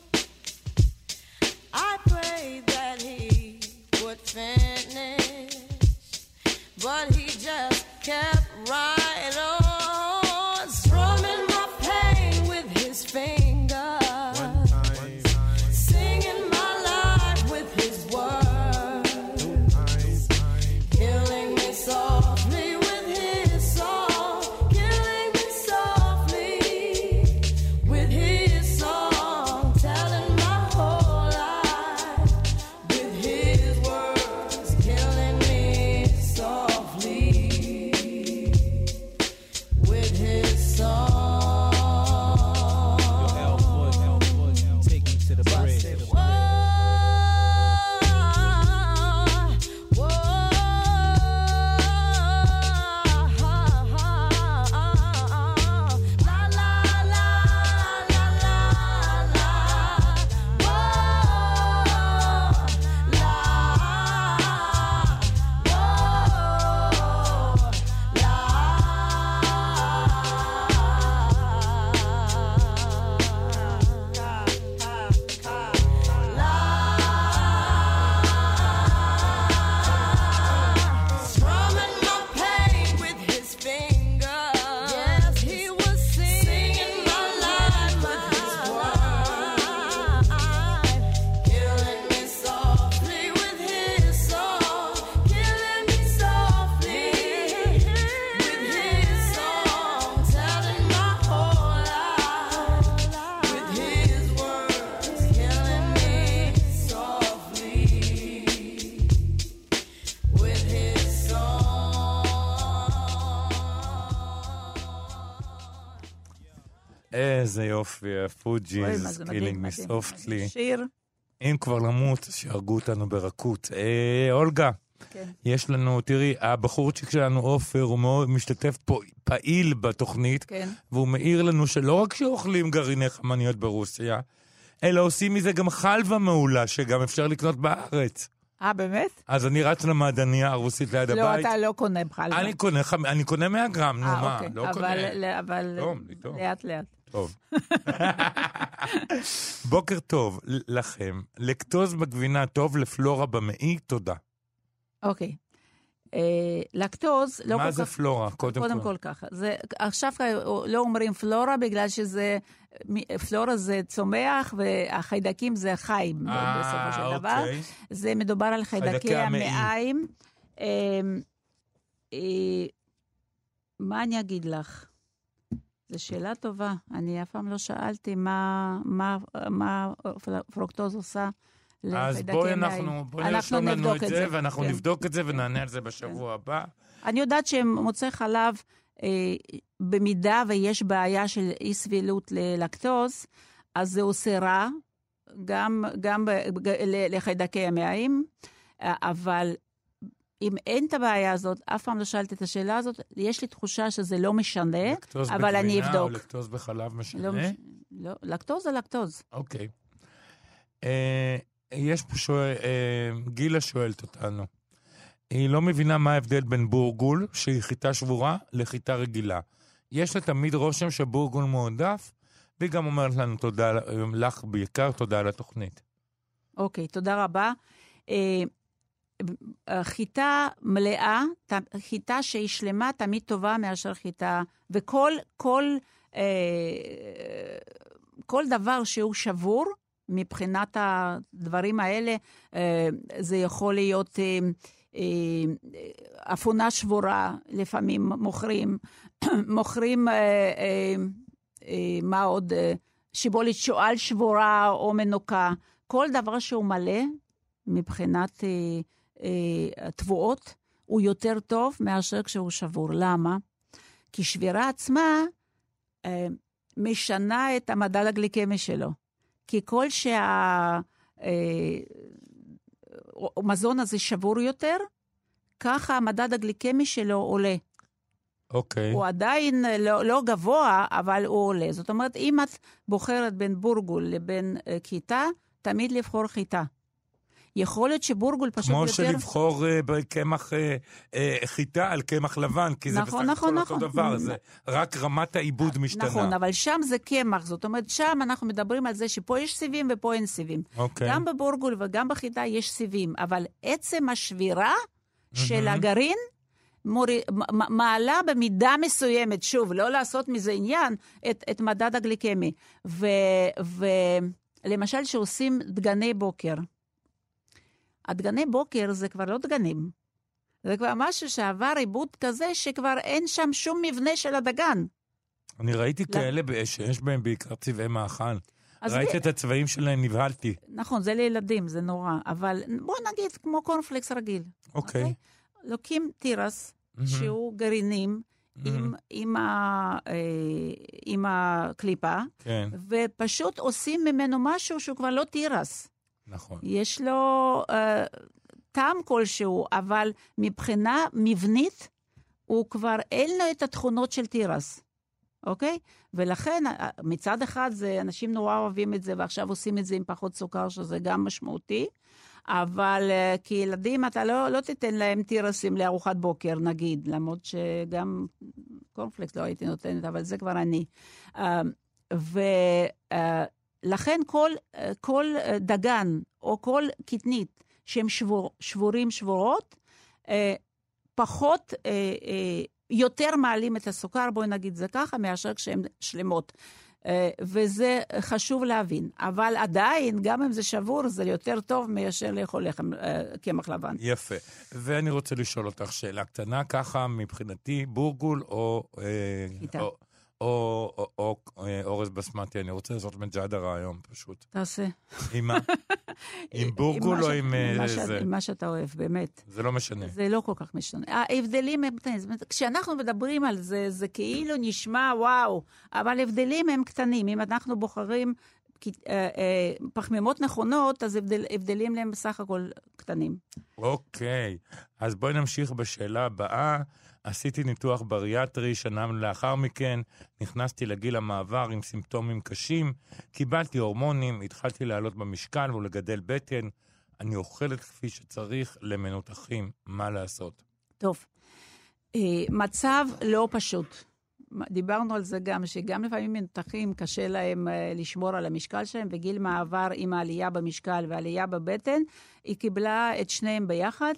I prayed that he would finish, but he just kept right on, strumming my pain with his fingers, singing my life with his words, killing me softly with his song, killing me softly with his song, telling my whole life with his words, killing me softly איזה יופי, פוג'יז, קילינג מי סופטלי. שיר. אם כבר למות, שיהרגו אותנו ברכות. אולגה, יש לנו, תראי, הבחורצ'יק שלנו, אופר, הוא מאוד משתתף פה פעיל בתוכנית, והוא מעיר לנו שלא רק שאוכלים גרעיני חמניות ברוסיה, אלא עושים מזה גם חלבה מעולה, שגם אפשר לקנות בארץ. באמת? אז אני רץ למעדניה הרוסית ליד הבית. לא, אתה לא קונה בחלבה. אני קונה 100 גרם, נו מה, לא קונה. אבל לאט לאט. טוב. בוקר טוב לכם. לקטוז בגבינה טוב, לפלורה במעי, תודה. אוקיי. לקטוז, לא כל כך... מה זה פלורה? קודם כל ככה. עכשיו לא אומרים פלורה, בגלל שזה... פלורה זה צומח, והחיידקים זה חיים, בסופו של דבר. זה מדובר על חיידקי המעיים. מה אני אגיד לך? זו שאלה טובה. אני אף פעם לא שאלתי מה פרוקטוז עושה אז בואי נרשום לנו את זה, ואנחנו נבדוק את זה ונענה על זה בשבוע הבא. אני יודעת שמוצא חלב, במידה ויש בעיה של אי סבילות ללקטוז, אז זה עושה רע, גם לחיידקי המעיים, אבל אם אין את הבעיה הזאת, אף פעם לא שאלתי את השאלה הזאת, יש לי תחושה שזה לא משנה, אבל אני אבדוק. לקטוז בגבינה או לקטוז בחלב משנה? לא, לקטוז זה לקטוז. אוקיי. יש פה גילה שואלת אותנו. היא לא מבינה מה ההבדל בין בורגול, שהיא חיטה שבורה, לחיטה רגילה. יש לה תמיד רושם שבורגול מועדף, והיא גם אומרת לנו תודה, לך בעיקר תודה על התוכנית. אוקיי, תודה רבה. חיטה מלאה, חיטה שהיא שלמה, תמיד טובה מאשר חיטה, וכל כל דבר שהוא שבור, מבחינת הדברים האלה, זה יכול להיות אפונה שבורה, לפעמים מוכרים מה עוד, שיבולת שועל שבורה או מנוקה, כל דבר שהוא מלא, מבחינת תבואות, הוא יותר טוב מאשר כשהוא שבור. למה? כי שבירה עצמה משנה את המדד הגליקמי שלו. כי כל שהמזון הזה שבור יותר, ככה המדד הגליקמי שלו עולה. אוקיי. הוא עדיין לא גבוה, אבל הוא עולה. זאת אומרת, אם את בוחרת בין בורגול לבין חיטה, תמיד לבחור חיטה. יכול להיות שבורגול פשוט כמו יותר... כמו שלבחור בקמח חיטה על קמח לבן, כי זה בסך הכל אותו דבר, זה רק רמת העיבוד משתנה. נכון, אבל שם זה קמח, זאת אומרת, שם אנחנו מדברים על זה שפה יש סיבים ופה אין סיבים. גם בבורגול וגם בחיטה יש סיבים, אבל עצם השבירה של הגרעין מעלה במידה מסוימת, שוב, לא לעשות מזה עניין, את מדד הגליקמי. ולמשל שעושים דגני בוקר, הדגני בוקר זה כבר לא דגנים. זה כבר משהו שעבר עיבוד כזה שכבר אין שם שום מבנה של הדגן. אני ראיתי כאלה שיש בהם בעיקר צבעי מאכל. ראיתי את הצבעים שלהם, נבהלתי. נכון, זה לילדים, זה נורא. אבל בוא נגיד כמו קורנפלקס רגיל. אוקיי. לוקים תירס, שהוא גרעינים עם הקליפה, ופשוט עושים ממנו משהו שהוא כבר לא תירס. נכון. יש לו טעם כלשהו, אבל מבחינה מבנית, הוא כבר אין לו את התכונות של תירס. אוקיי? ולכן, מצד אחד, אנשים נורא אוהבים את זה, ועכשיו עושים את זה עם פחות סוכר, שזה גם משמעותי, אבל כילדים אתה לא תיתן להם תירסים לארוחת בוקר, נגיד, למרות שגם קורנפלקס לא הייתי נותנת, אבל זה כבר אני. לכן כל דגן או כל קטנית שהם שבורות, פחות, יותר מעלים את הסוכר, בואי נגיד זה ככה, מאשר כשהן שלמות. וזה חשוב להבין. אבל עדיין, גם אם זה שבור, זה יותר טוב מאשר לאכול קמח לבן. יפה. ואני רוצה לשאול אותך שאלה קטנה, ככה מבחינתי, בורגול או אורז בסמטי. אני רוצה לעשות מג'אדרה היום פשוט. תעשה. עם מה? עם בורגול או עם זה? עם מה שאתה אוהב, באמת. זה לא משנה. זה לא כל כך משנה. ההבדלים הם קטנים. כשאנחנו מדברים על זה, זה כאילו נשמע וואו, אבל הבדלים הם קטנים. אם אנחנו בוחרים פחמימות נכונות, אז הבדלים להם בסך הכל קטנים. אוקיי, אז בואי נמשיך בשאלה הבאה. עשיתי ניתוח בריאטרי, שנה לאחר מכן נכנסתי לגיל המעבר עם סימפטומים קשים, קיבלתי הורמונים, התחלתי לעלות במשקל ולגדל בטן, אני אוכלת כפי שצריך למנותחים, מה לעשות? טוב, מצב לא פשוט. דיברנו על זה גם, שגם לפעמים מנותחים קשה להם לשמור על המשקל שלהם, וגיל מעבר עם העלייה במשקל והעלייה בבטן, היא קיבלה את שניהם ביחד.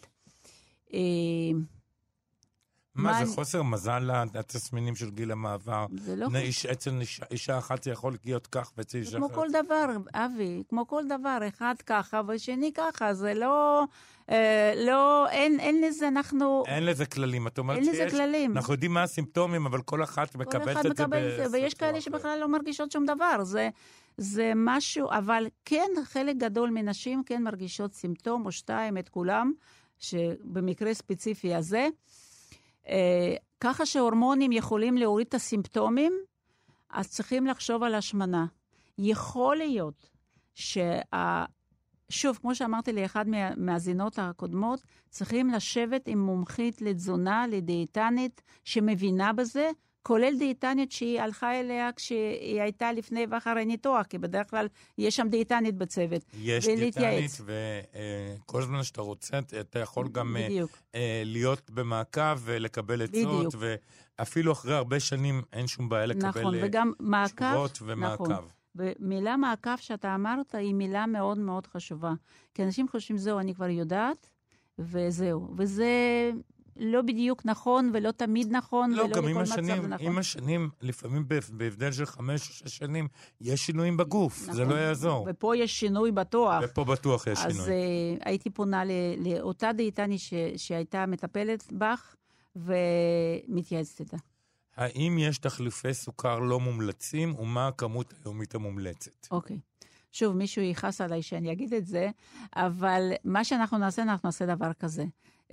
מה זה חוסר מזל לתסמינים של גיל המעבר? זה לא אצל אישה אחת זה יכול להיות כך ואצל אישה אחת. כמו כל דבר, אבי, כמו כל דבר, אחד ככה ושני ככה, זה לא, אין לזה, אין לזה כללים, את אומרת שיש, אנחנו יודעים מה הסימפטומים, אבל כל אחת מקבלת את זה. ויש כאלה שבכלל לא מרגישות שום דבר, זה משהו, אבל כן, חלק גדול מנשים כן מרגישות סימפטום או שתיים את כולם, שבמקרה ספציפי הזה, ככה שהורמונים יכולים להוריד את הסימפטומים, אז צריכים לחשוב על השמנה. יכול להיות שוב, כמו שאמרתי לאחד מהזינות הקודמות, צריכים לשבת עם מומחית לתזונה, לדיאטנית, שמבינה בזה, כולל דיאטנית שהיא הלכה אליה כשהיא הייתה לפני ואחרי ניתוח, כי בדרך כלל יש שם דיאטנית בצוות. יש דיאטנית, וכל זמן שאתה רוצה, אתה יכול גם להיות במעקב ולקבל עצות, ואפילו אחרי הרבה שנים אין שום בעיה לקבל תשובות ומעקב. ומילה מעקב שאתה אמרת היא מילה מאוד מאוד חשובה. כי אנשים חושבים, זהו, אני כבר יודעת, וזהו. וזה לא בדיוק נכון, ולא תמיד נכון, לא, ולא לכל מצב זה נכון. עם השנים, לפעמים בהבדל של 5 או 6 שנים, יש שינויים בגוף, נכון. זה לא יעזור. ופה יש שינוי בטוח. ופה בטוח יש אז שינוי. אז הייתי פונה לאותה דיאטנית שהייתה מטפלת בך, ומתייעצת איתה. האם יש תחליפי סוכר לא מומלצים, ומה הכמות היומית המומלצת? אוקיי. שוב, מישהו ייחס עליי שאני אגיד את זה, אבל מה שאנחנו נעשה דבר כזה.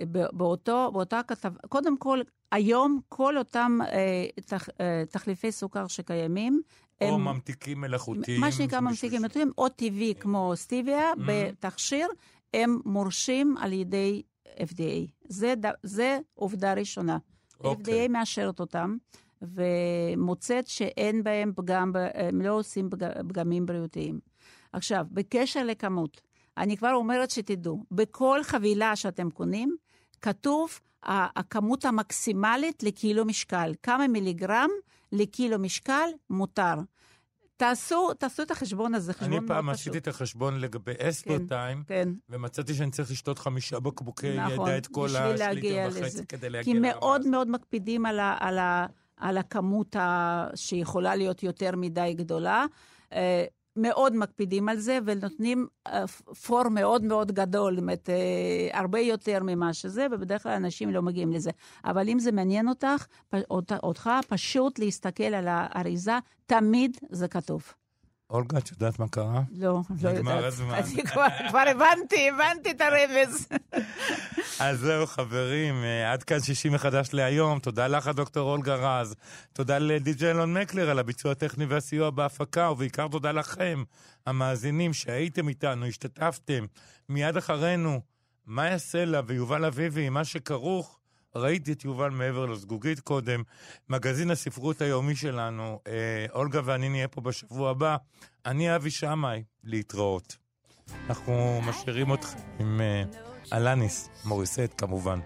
באותה כתב, קודם כל, היום כל אותם תחליפי סוכר שקיימים, או ממתיקים מלאכותיים. מה שנקרא ממתיקים מלאכותיים, או טבעי כמו סטיביה, בתכשיר, הם מורשים על ידי FDA. זה עובדה ראשונה. FDA מאשרת אותם, ומוצאת שאין בהם פגם, הם לא עושים פגמים בריאותיים. עכשיו, בקשר לכמות, אני כבר אומרת שתדעו, בכל חבילה שאתם קונים, כתוב הכמות המקסימלית לקילו משקל. כמה מיליגרם לקילו משקל מותר. תעשו את החשבון הזה, חשבון מאוד פשוט. אני פעם עשיתי את החשבון לגבי אספרטיים, ומצאתי שאני צריך לשתות 5 בקבוקי ידע את כל השליטה וחצי כדי להגיע כי מאוד מאוד מקפידים על הכמות שיכולה להיות יותר מדי גדולה, מאוד מקפידים על זה, ונותנים פור מאוד מאוד גדול, זאת אומרת, הרבה יותר ממה שזה, ובדרך כלל אנשים לא מגיעים לזה. אבל אם זה מעניין אותך, פשוט להסתכל על האריזה, תמיד זה כתוב. אולגה, את יודעת מה קרה? לא יודעת. נגמר הזמן. אני כבר הבנתי את הרמז. אז זהו חברים, עד כאן 60 מחדש להיום. תודה לך דוקטור אולגה רז, תודה לדי.ג'יי אלון מקלר על הביצוע הטכני והסיוע בהפקה, ובעיקר תודה לכם, המאזינים שהייתם איתנו, השתתפתם. מיד אחרינו, מאיה סלע ויובל אביבי, מה שכרוך, ראיתי את יובל מעבר לזגוגית קודם, מגזין הספרות היומי שלנו, אולגה ואני נהיה פה בשבוע הבא, אני אבי שמאי, להתראות. אנחנו משאירים אותך עם אלניס מוריסט כמובן.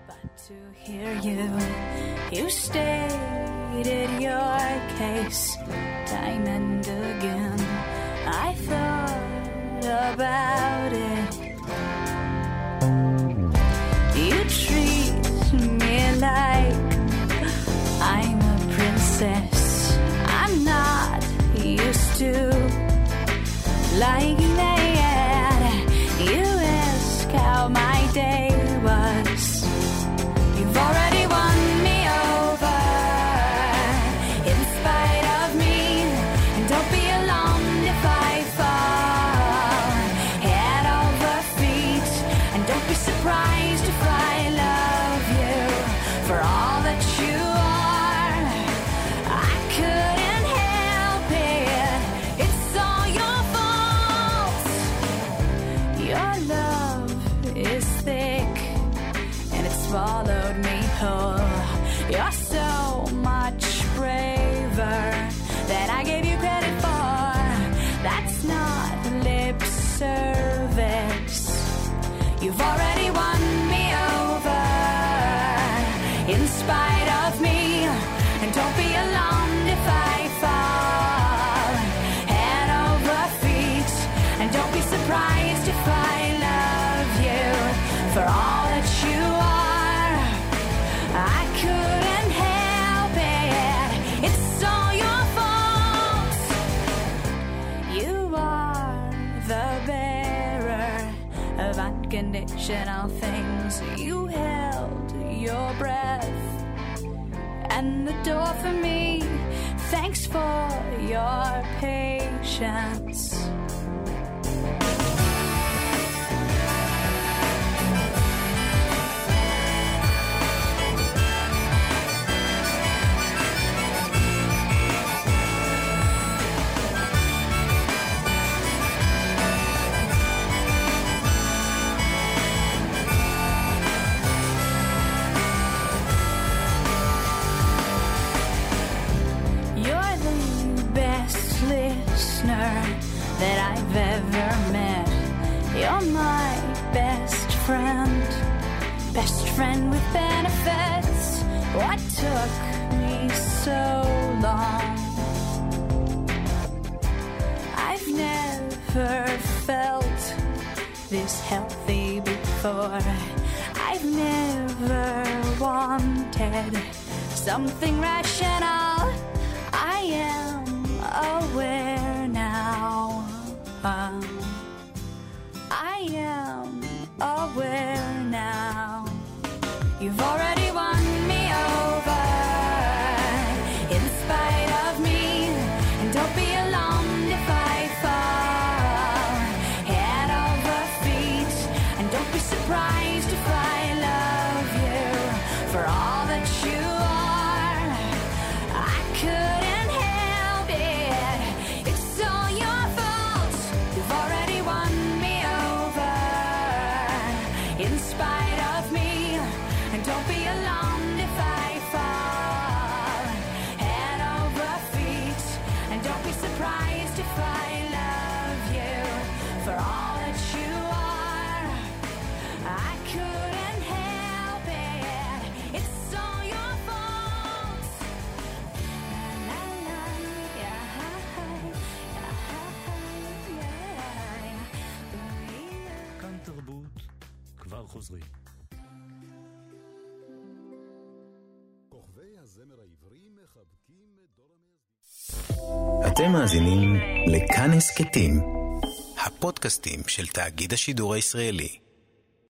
You stated your case time and again. I thought about it. You treat me like I'm a princess. I'm not used to like that. You ask how my day was. You've already won me over in spite of surprised if I love you for all that you are. I couldn't help it. It's all your fault. Your love is thick and it swallowed me whole. You're so much braver than I gave you credit for. That's not lip service. You've already won me over in spite of me. And don't be alarmed if I fall head over feet. And don't be surprised if I love you for all that you are. I couldn't help it. It's all your fault. You are the bearer of unconditional things. You held your breath and the door for me. Thanks for your patience. That I've ever met. You're my best friend with benefits. What took me so long? I've never felt this healthy before. I've never wanted something rational. I am aware now. I am aware now. You've already won me over in spite of me. And don't be alarmed if I fall head over feet. And don't be surprised if I love you for all that you are. I couldn't help it. It's all your fault. You've already won me over in spite of me. And don't be alarmed if I fall head over feet. And don't be surprised if I love you for all that you are. I couldn't help it. It's all your fault. La, la, yeah, yeah. כאן תרבות, כבר חוזרים. כוכבי הזמר העברי מחבקים את דור המייסדים. אתם מאזינים לכאן הסכתים, הפודקאסטים של תאגיד השידור הישראלי.